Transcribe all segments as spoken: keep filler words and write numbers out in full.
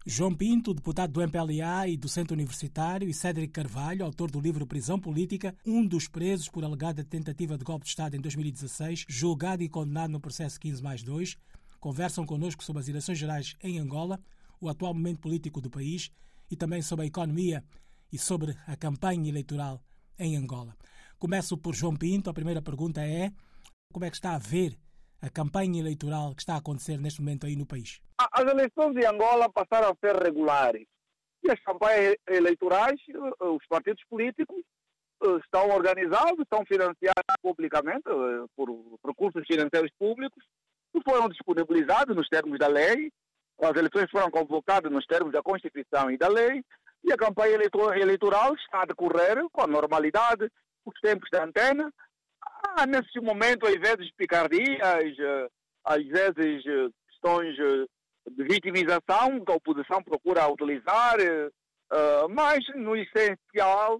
João Pinto, deputado do M P L A e docente universitário, e Cédric Carvalho, autor do livro Prisão Política, um dos presos por alegada tentativa de golpe de Estado em dois mil e dezasseis, julgado e condenado no processo quinze mais dois, conversam connosco sobre as eleições gerais em Angola, o atual momento político do país e também sobre a economia e sobre a campanha eleitoral em Angola. Começo por João Pinto. A primeira pergunta é: como é que está a ver a campanha eleitoral que está a acontecer neste momento aí no país? As eleições em Angola passaram a ser regulares. E as campanhas eleitorais, os partidos políticos estão organizados, estão financiados publicamente por recursos financeiros públicos que foram disponibilizados nos termos da lei. As eleições foram convocadas nos termos da Constituição e da lei. E a campanha eleitoral está a decorrer com a normalidade, os tempos da antena. Há, nesse momento, às vezes, picardias, às vezes, questões de vitimização que a oposição procura utilizar, mas, no essencial,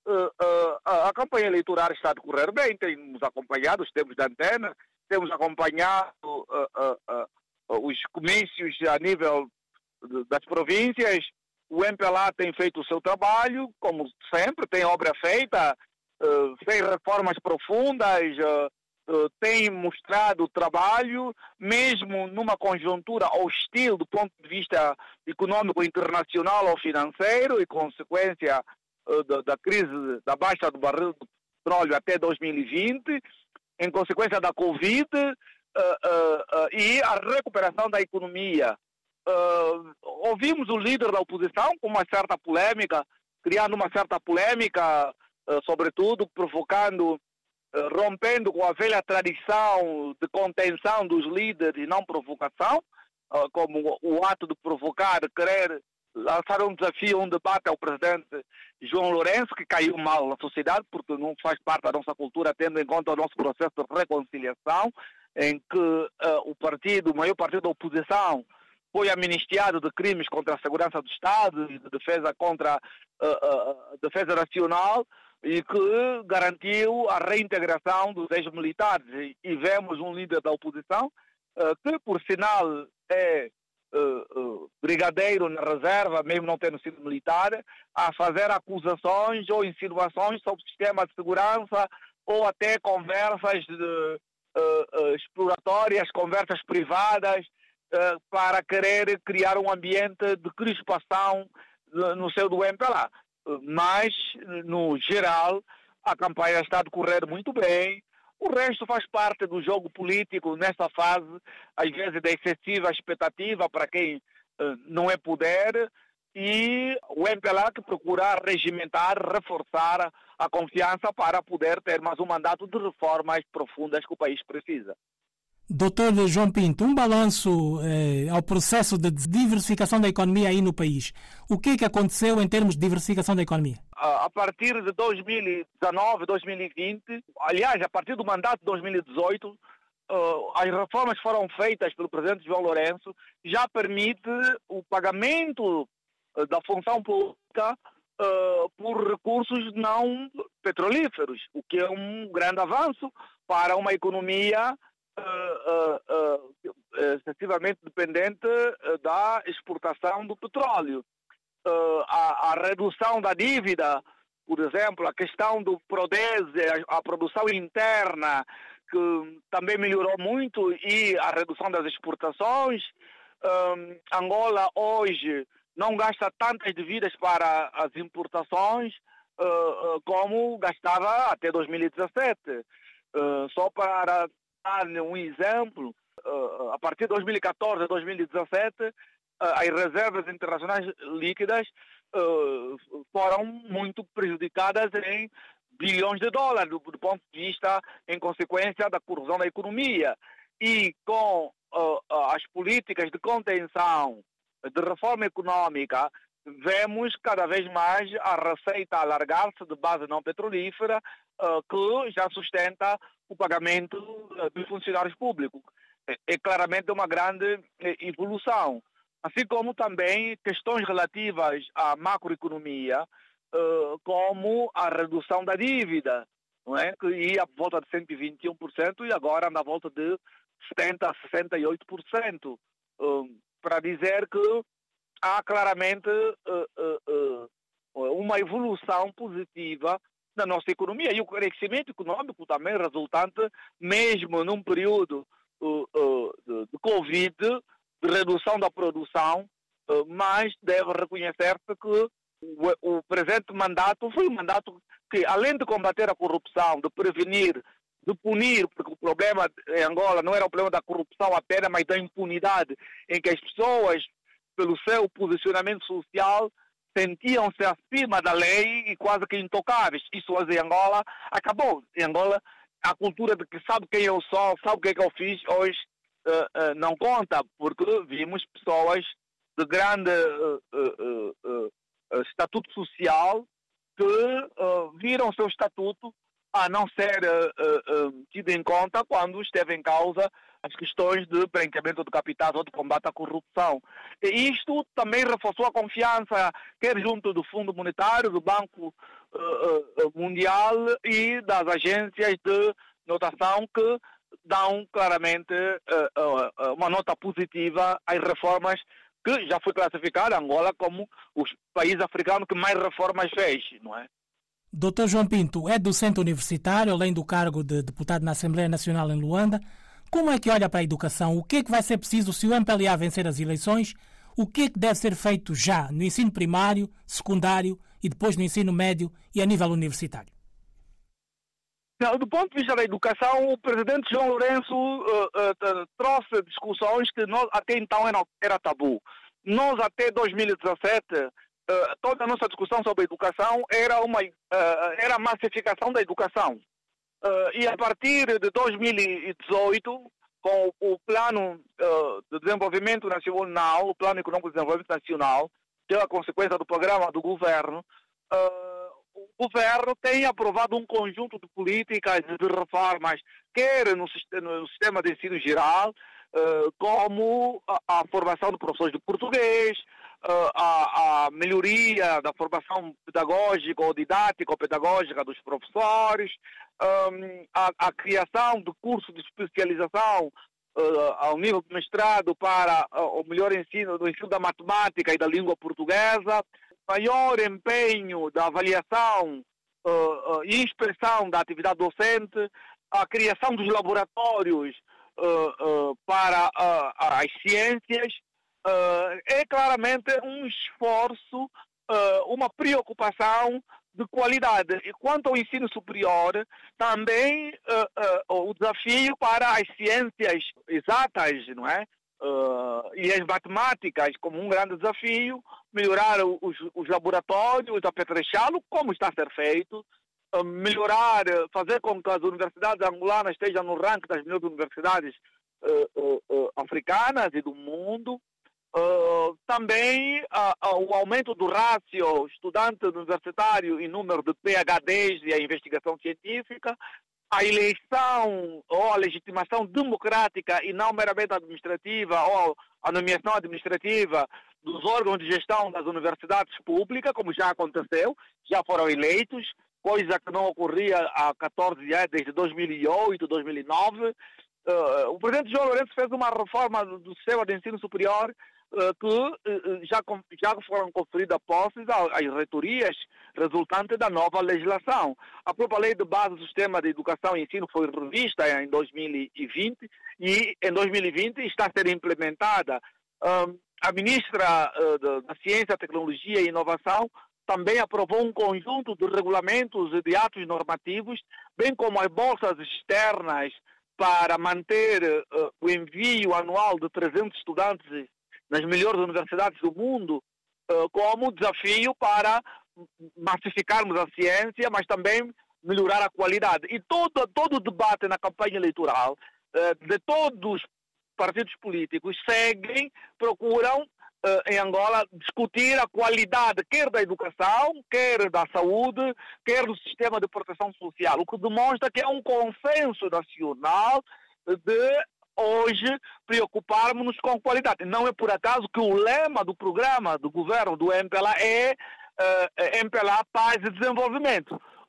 a campanha eleitoral está a decorrer bem. Temos acompanhado os tempos da antena, temos acompanhado os comícios a nível das províncias. O M P L A tem feito o seu trabalho, como sempre, tem obra feita, uh, tem reformas profundas, uh, uh, tem mostrado trabalho, mesmo numa conjuntura hostil do ponto de vista econômico internacional ou financeiro e consequência uh, da, da crise da baixa do barril do petróleo até dois mil e vinte, em consequência da Covid uh, uh, uh, e a recuperação da economia. Uh, ouvimos o líder da oposição com uma certa polêmica, criando uma certa polêmica, uh, sobretudo provocando, uh, rompendo com a velha tradição de contenção dos líderes e não provocação, uh, como o ato de provocar, querer lançar um desafio, um debate ao presidente João Lourenço, que caiu mal na sociedade, porque não faz parte da nossa cultura, tendo em conta o nosso processo de reconciliação, em que uh, o partido, o maior partido da oposição, foi amnistiado de crimes contra a segurança do Estado e de defesa contra a uh, uh, defesa nacional e que garantiu a reintegração dos ex-militares. E, e vemos um líder da oposição uh, que, por sinal, é uh, uh, brigadeiro na reserva, mesmo não tendo sido militar, a fazer acusações ou insinuações sobre o sistema de segurança ou até conversas de, uh, uh, exploratórias, conversas privadas, Uh, para querer criar um ambiente de crispação uh, no seu do M P L A. Uh, mas, no geral, a campanha está a decorrer muito bem. O resto faz parte do jogo político nesta fase, às vezes de excessiva expectativa para quem uh, não é poder, e o M P L A que procura regimentar, reforçar a confiança para poder ter mais um mandato de reformas profundas que o país precisa. Doutor João Pinto, um balanço eh, ao processo de diversificação da economia aí no país. O que é que aconteceu em termos de diversificação da economia? A partir de dois mil e dezanove, dois mil e vinte, aliás, a partir do mandato de dois mil e dezoito, uh, as reformas que foram feitas pelo presidente João Lourenço já permite o pagamento uh, da função pública uh, por recursos não petrolíferos, o que é um grande avanço para uma economia Uh, uh, uh, excessivamente dependente uh, da exportação do petróleo. Uh, a, a redução da dívida, por exemplo, a questão do PRODESE, a, a produção interna, que também melhorou muito, e a redução das exportações. Um, Angola hoje não gasta tantas dívidas para as importações uh, uh, como gastava até dois mil e dezassete. Uh, só para dar um exemplo, uh, a partir de dois mil e catorze a dois mil e dezassete, uh, as reservas internacionais líquidas uh, foram muito prejudicadas em bilhões de dólares, do, do ponto de vista, em consequência da corrosão da economia. E com uh, as políticas de contenção, de reforma econômica, vemos cada vez mais a receita alargar-se de base não petrolífera, uh, que já sustenta o pagamento uh, dos funcionários públicos. É, é claramente uma grande é, evolução. Assim como também questões relativas à macroeconomia, uh, como a redução da dívida, não é? Que ia à volta de cento e vinte e um por cento e agora anda à volta de setenta por cento a sessenta e oito por cento. Uh, para dizer que há claramente uh, uh, uh, uma evolução positiva na nossa economia e o crescimento econômico também resultante, mesmo num período uh, uh, de, de Covid, de redução da produção, uh, mas deve reconhecer-se que o, o presente mandato foi um mandato que, além de combater a corrupção, de prevenir, de punir, porque o problema em Angola não era o problema da corrupção apenas, mas da impunidade, em que as pessoas, pelo seu posicionamento social, sentiam-se acima da lei e quase que intocáveis. Isso hoje em Angola acabou. Em Angola, a cultura de que sabe quem eu sou, sabe o que é que eu fiz, hoje uh, uh, não conta, porque vimos pessoas de grande uh, uh, uh, uh, estatuto social que uh, viram o seu estatuto a não ser uh, uh, tido em conta quando esteve em causa as questões de branqueamento de capitais ou de combate à corrupção. E isto também reforçou a confiança, quer junto do Fundo Monetário, do Banco uh, uh, Mundial e das agências de notação que dão claramente uh, uh, uma nota positiva às reformas que já foi classificada Angola como os países africanos que mais reformas fez, não é? doutor João Pinto é docente universitário, além do cargo de deputado na Assembleia Nacional em Luanda. Como é que olha para a educação? O que é que vai ser preciso se o M P L A vencer as eleições? O que é que deve ser feito já no ensino primário, secundário e depois no ensino médio e a nível universitário? Não, do ponto de vista da educação, o presidente João Lourenço uh, uh, trouxe discussões que nós, até então era, era tabu. Nós, até dois mil e dezassete, uh, toda a nossa discussão sobre a educação era, uma, uh, era a massificação da educação. Uh, e a partir de dois mil e dezoito, com o Plano uh, de Desenvolvimento Nacional, o Plano Econômico de Desenvolvimento Nacional, que é a consequência do programa do governo, uh, o governo tem aprovado um conjunto de políticas de reformas, quer no sistema, no sistema de ensino geral, uh, como a, a formação de professores de português, uh, a, a melhoria da formação pedagógica ou didática ou pedagógica dos professores, um, a, a criação de cursos de especialização uh, ao nível de mestrado para uh, o melhor ensino do ensino da matemática e da língua portuguesa, maior empenho da avaliação uh, uh, e inspeção da atividade docente, a criação dos laboratórios uh, uh, para uh, as ciências, uh, é claramente um esforço, uh, uma preocupação de qualidade. E quanto ao ensino superior, também uh, uh, o desafio para as ciências exatas, não é? Uh, e as matemáticas como um grande desafio, melhorar os, os laboratórios, apetrechá-lo, como está a ser feito, uh, melhorar, fazer com que as universidades angolanas estejam no ranking das melhores universidades uh, uh, uh, africanas e do mundo. Uh, também uh, uh, o aumento do rácio estudante universitário em número de P H Ds e a investigação científica, a eleição ou a legitimação democrática e não meramente administrativa ou a nomeação administrativa dos órgãos de gestão das universidades públicas, como já aconteceu, já foram eleitos, coisa que não ocorria há catorze anos, desde dois mil e oito, dois mil e nove. Uh, o presidente João Lourenço fez uma reforma do sistema de ensino superior uh, que uh, já, já foram conferidas posses às reitorias resultante da nova legislação. A própria lei de base do sistema de educação e ensino foi revista em dois mil e vinte e em dois mil e vinte está a ser implementada. Um, a ministra uh, da Ciência, Tecnologia e Inovação também aprovou um conjunto de regulamentos e de atos normativos, bem como as bolsas externas para manter uh, o envio anual de trezentos estudantes nas melhores universidades do mundo, uh, como desafio para massificarmos a ciência, mas também melhorar a qualidade. E todo, todo o debate na campanha eleitoral uh, de todos os partidos políticos seguem, procuram uh, em Angola discutir a qualidade quer da educação, quer da saúde, quer do sistema de proteção social, o que demonstra que é um consenso nacional de hoje preocuparmos-nos com qualidade. Não é por acaso que o lema do programa do governo do M P L A é uh, M P L A Paz e Desenvolvimento.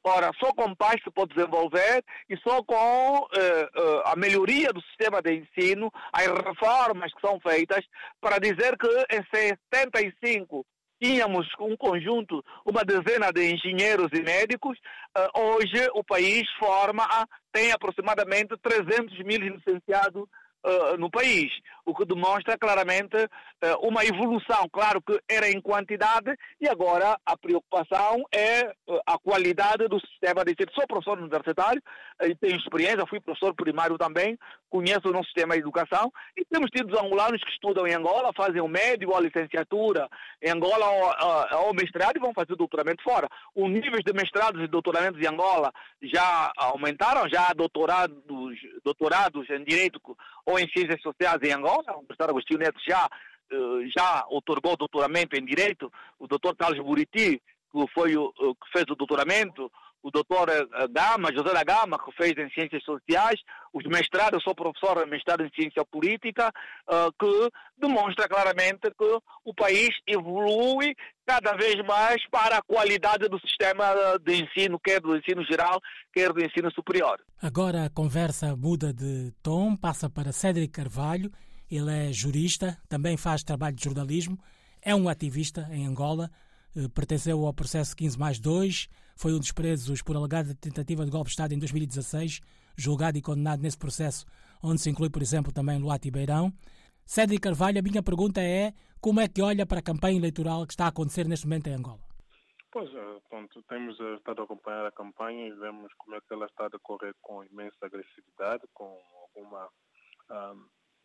Ora, só com paz se pode desenvolver e só com eh, eh, a melhoria do sistema de ensino, as reformas que são feitas, para dizer que em setenta e cinco tínhamos um conjunto, uma dezena de engenheiros e médicos, eh, hoje o país forma, tem aproximadamente trezentos mil licenciados Uh, no país, o que demonstra claramente uh, uma evolução. Claro que era em quantidade e agora a preocupação é uh, a qualidade do sistema de ensino. Sou professor universitário uh, e tenho experiência, fui professor primário também, conheço o nosso sistema de educação e temos tido angolanos que estudam em Angola, fazem o médio ou a licenciatura em Angola ou, uh, ou mestrado e vão fazer doutoramento fora. Os níveis de mestrados e doutoramentos em Angola já aumentaram, já há doutorados, doutorados em Direito ou em Ciências Sociais em Angola. O professor Agostinho Neto já, já otorgou doutoramento em Direito, o doutor Carlos Buriti, que, foi o, que fez o doutoramento, o doutor Gama, José da Gama, que fez em Ciências Sociais, os mestrados, eu sou professor mestrado em Ciência Política, que demonstra claramente que o país evolui cada vez mais para a qualidade do sistema de ensino, quer do ensino geral, quer do ensino superior. Agora a conversa muda de tom, passa para Cédric Carvalho. Ele é jurista, também faz trabalho de jornalismo, é um ativista em Angola, pertenceu ao processo quinze mais dois, foi um dos presos por alegada tentativa de golpe de Estado em dois mil e dezasseis, julgado e condenado nesse processo, onde se inclui, por exemplo, também Luati Beirão. Cédric Carvalho, a minha pergunta é como é que olha para a campanha eleitoral que está a acontecer neste momento em Angola? Pois, pronto, temos estado a acompanhar a campanha e vemos como é que ela está a decorrer com imensa agressividade, com alguma um,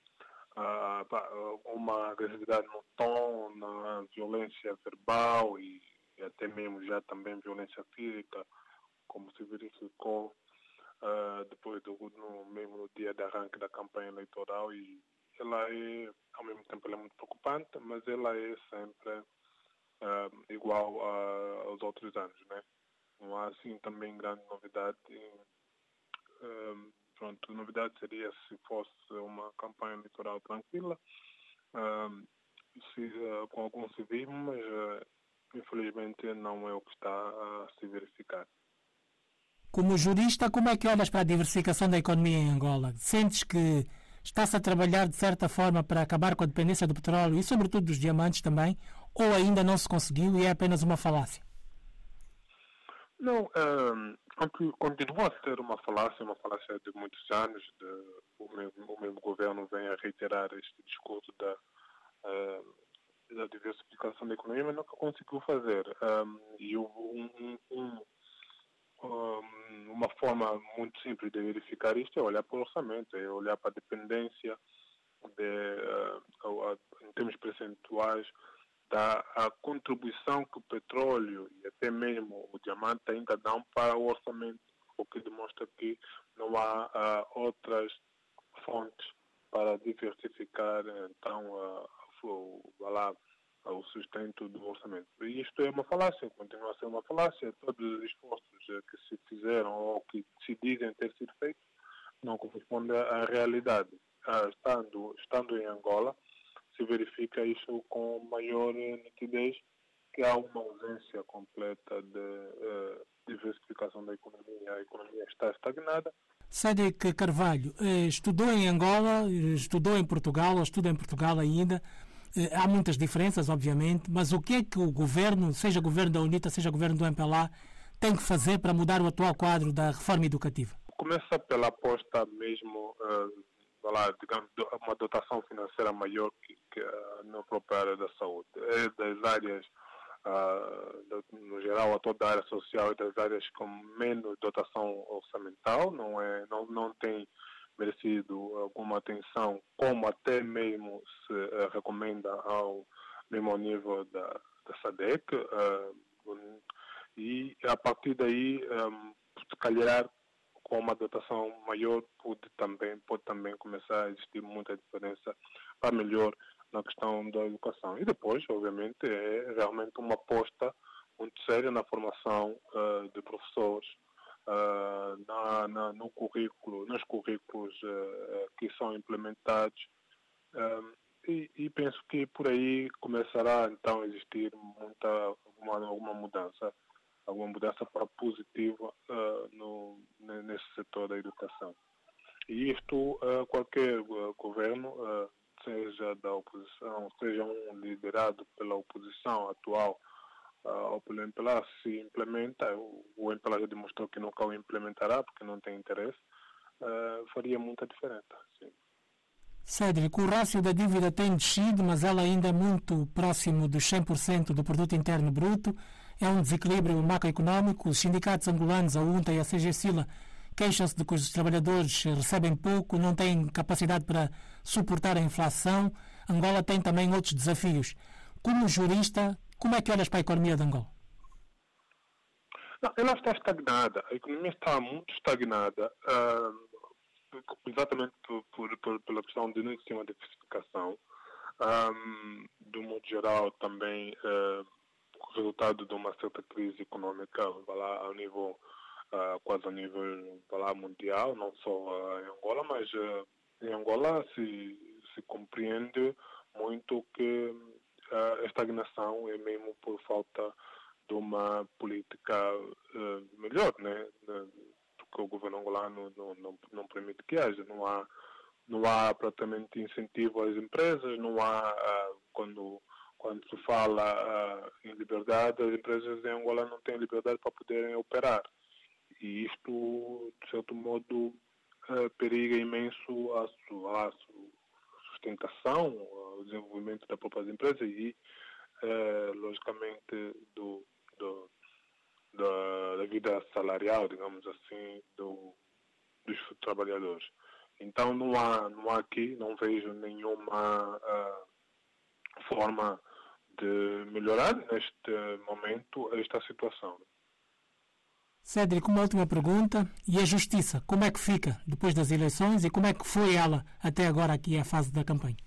uh, uma agressividade no tom, na violência verbal e até mesmo já também violência física, como se verificou uh, depois do no, mesmo no dia de arranque da campanha eleitoral. E ela é, ao mesmo tempo, ela é muito preocupante, mas ela é sempre uh, igual a, aos outros anos, né? Não há, assim, também grande novidade. Uh, pronto, a novidade seria se fosse uma campanha eleitoral tranquila, uh, se, uh, com algum civismo, mas uh, infelizmente não é o que está a se verificar. Como jurista, como é que olhas para a diversificação da economia em Angola? Sentes que está-se a trabalhar de certa forma para acabar com a dependência do petróleo e sobretudo dos diamantes também, ou ainda não se conseguiu e é apenas uma falácia? Não, uh, continua a ser uma falácia, uma falácia de muitos anos. De, o, mesmo, o mesmo governo vem a reiterar este discurso da, uh, da diversificação da economia, mas nunca conseguiu fazer. Um, e um, um, um, um, uma forma muito simples de verificar isto é olhar para o orçamento, é olhar para a dependência de, uh, em termos percentuais, da a contribuição que o petróleo e até mesmo o diamante ainda dão para o orçamento, o que demonstra que não há uh, outras fontes para diversificar então uh, o, lá, o sustento do orçamento. E isto é uma falácia, continua a ser uma falácia. Todos os esforços que se fizeram ou que se dizem ter sido feitos não correspondem à realidade. Uh, estando, estando em Angola, se verifica isso com maior nitidez, que há uma ausência completa de uh, diversificação da economia. A economia está estagnada. Cédric Carvalho, estudou em Angola, estudou em Portugal, ou estuda em Portugal ainda. Há muitas diferenças, obviamente, mas o que é que o governo, seja governo da UNITA, seja governo do M P L A, tem que fazer para mudar o atual quadro da reforma educativa? Começa pela aposta mesmo, uh, lá, digamos, uma dotação financeira maior que, que uh, na própria área da saúde. É das áreas, uh, no geral, a toda a área social, é das áreas com menos dotação orçamental, não, é, não, não tem merecido alguma atenção, como até mesmo se uh, recomenda ao mesmo nível da, da SADEC, uh, e a partir daí, um, se calhar, com uma dotação maior, pode também, pode também começar a existir muita diferença para melhor na questão da educação. E depois, obviamente, é realmente uma aposta muito séria na formação uh, de professores, Uh, na, na, no currículo, nos currículos uh, que são implementados, um, e, e penso que por aí começará então a existir muita, alguma, alguma mudança. alguma mudança para positiva uh, no, nesse setor da educação. E isto, uh, qualquer uh, governo, uh, seja da oposição, seja um liderado pela oposição atual uh, ou pelo M P L A, se implementa, o, o M P L A já demonstrou que nunca o implementará porque não tem interesse, uh, faria muita diferença. Sim. Cédric, o rácio da dívida tem descido, mas ela ainda é muito próximo dos cem por cento do produto interno bruto. É um desequilíbrio macroeconómico. Os sindicatos angolanos, a UNTA e a C G Sila, queixam-se de que os trabalhadores recebem pouco, não têm capacidade para suportar a inflação. Angola tem também outros desafios. Como jurista, como é que olhas para a economia de Angola? Não, ela está estagnada. A economia está muito estagnada. Uh... exatamente por, por, por, pela questão de não existir uma diversificação. Um, do modo geral, também uh, o resultado de uma certa crise econômica vai lá, ao nível, uh, quase a nível vai lá, mundial, não só uh, em Angola, mas uh, em Angola se, se compreende muito que uh, a estagnação é mesmo por falta de uma política uh, melhor, né? Que o governo angolano não, não, não permite que haja. Não há, não há praticamente incentivo às empresas, não há, uh, quando, quando se fala uh, em liberdade, as empresas em Angola não têm liberdade para poderem operar. E isto, de certo modo, uh, periga imenso a, a sustentação, o desenvolvimento das próprias empresas e, uh, logicamente, do, do Da, da vida salarial, digamos assim, do, dos trabalhadores. Então não há, não há aqui, não vejo nenhuma uh, forma de melhorar neste momento esta situação. Cédric, uma última pergunta. E a justiça, como é que fica depois das eleições e como é que foi ela até agora aqui a fase da campanha?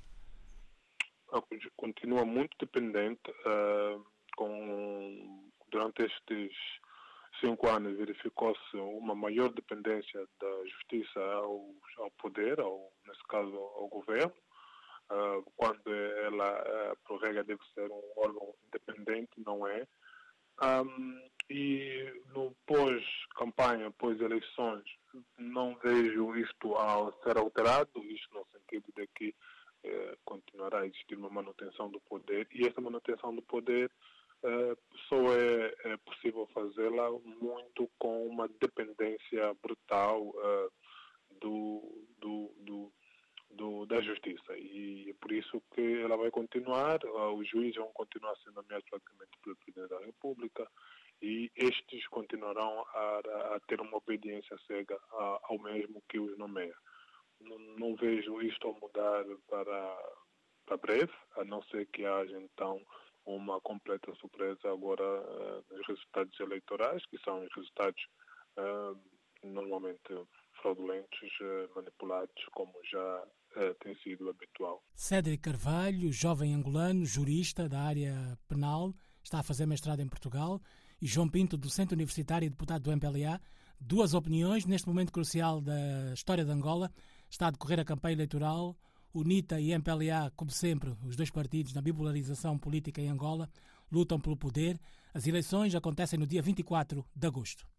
Continua muito dependente uh, com durante estes cinco anos verificou-se uma maior dependência da justiça ao, ao poder, ao, nesse caso ao governo, uh, quando ela, uh, por regra, deve ser um órgão independente, não é. Um, e no pós-campanha, pós-eleições, não vejo isto a ser alterado, isto no sentido de que uh, continuará a existir uma manutenção do poder, e essa manutenção do poder Uh, só é, é possível fazê-la muito com uma dependência brutal uh, do, do, do, do, da justiça. E é por isso que ela vai continuar, uh, os juízes vão continuar sendo nomeados praticamente pelo Presidente da República e estes continuarão a, a ter uma obediência cega a, ao mesmo que os nomeia. Não, não vejo isto a mudar para, para breve, a não ser que haja então uma completa surpresa agora uh, nos resultados eleitorais, que são resultados uh, normalmente fraudulentos, uh, manipulados, como já uh, tem sido habitual. Cédric Carvalho, jovem angolano, jurista da área penal, está a fazer mestrado em Portugal, e João Pinto, docente universitário e deputado do M P L A, duas opiniões neste momento crucial da história de Angola. Está a decorrer a campanha eleitoral. UNITA e M P L A, como sempre, os dois partidos na bipolarização política em Angola, lutam pelo poder. As eleições acontecem no dia vinte e quatro de agosto.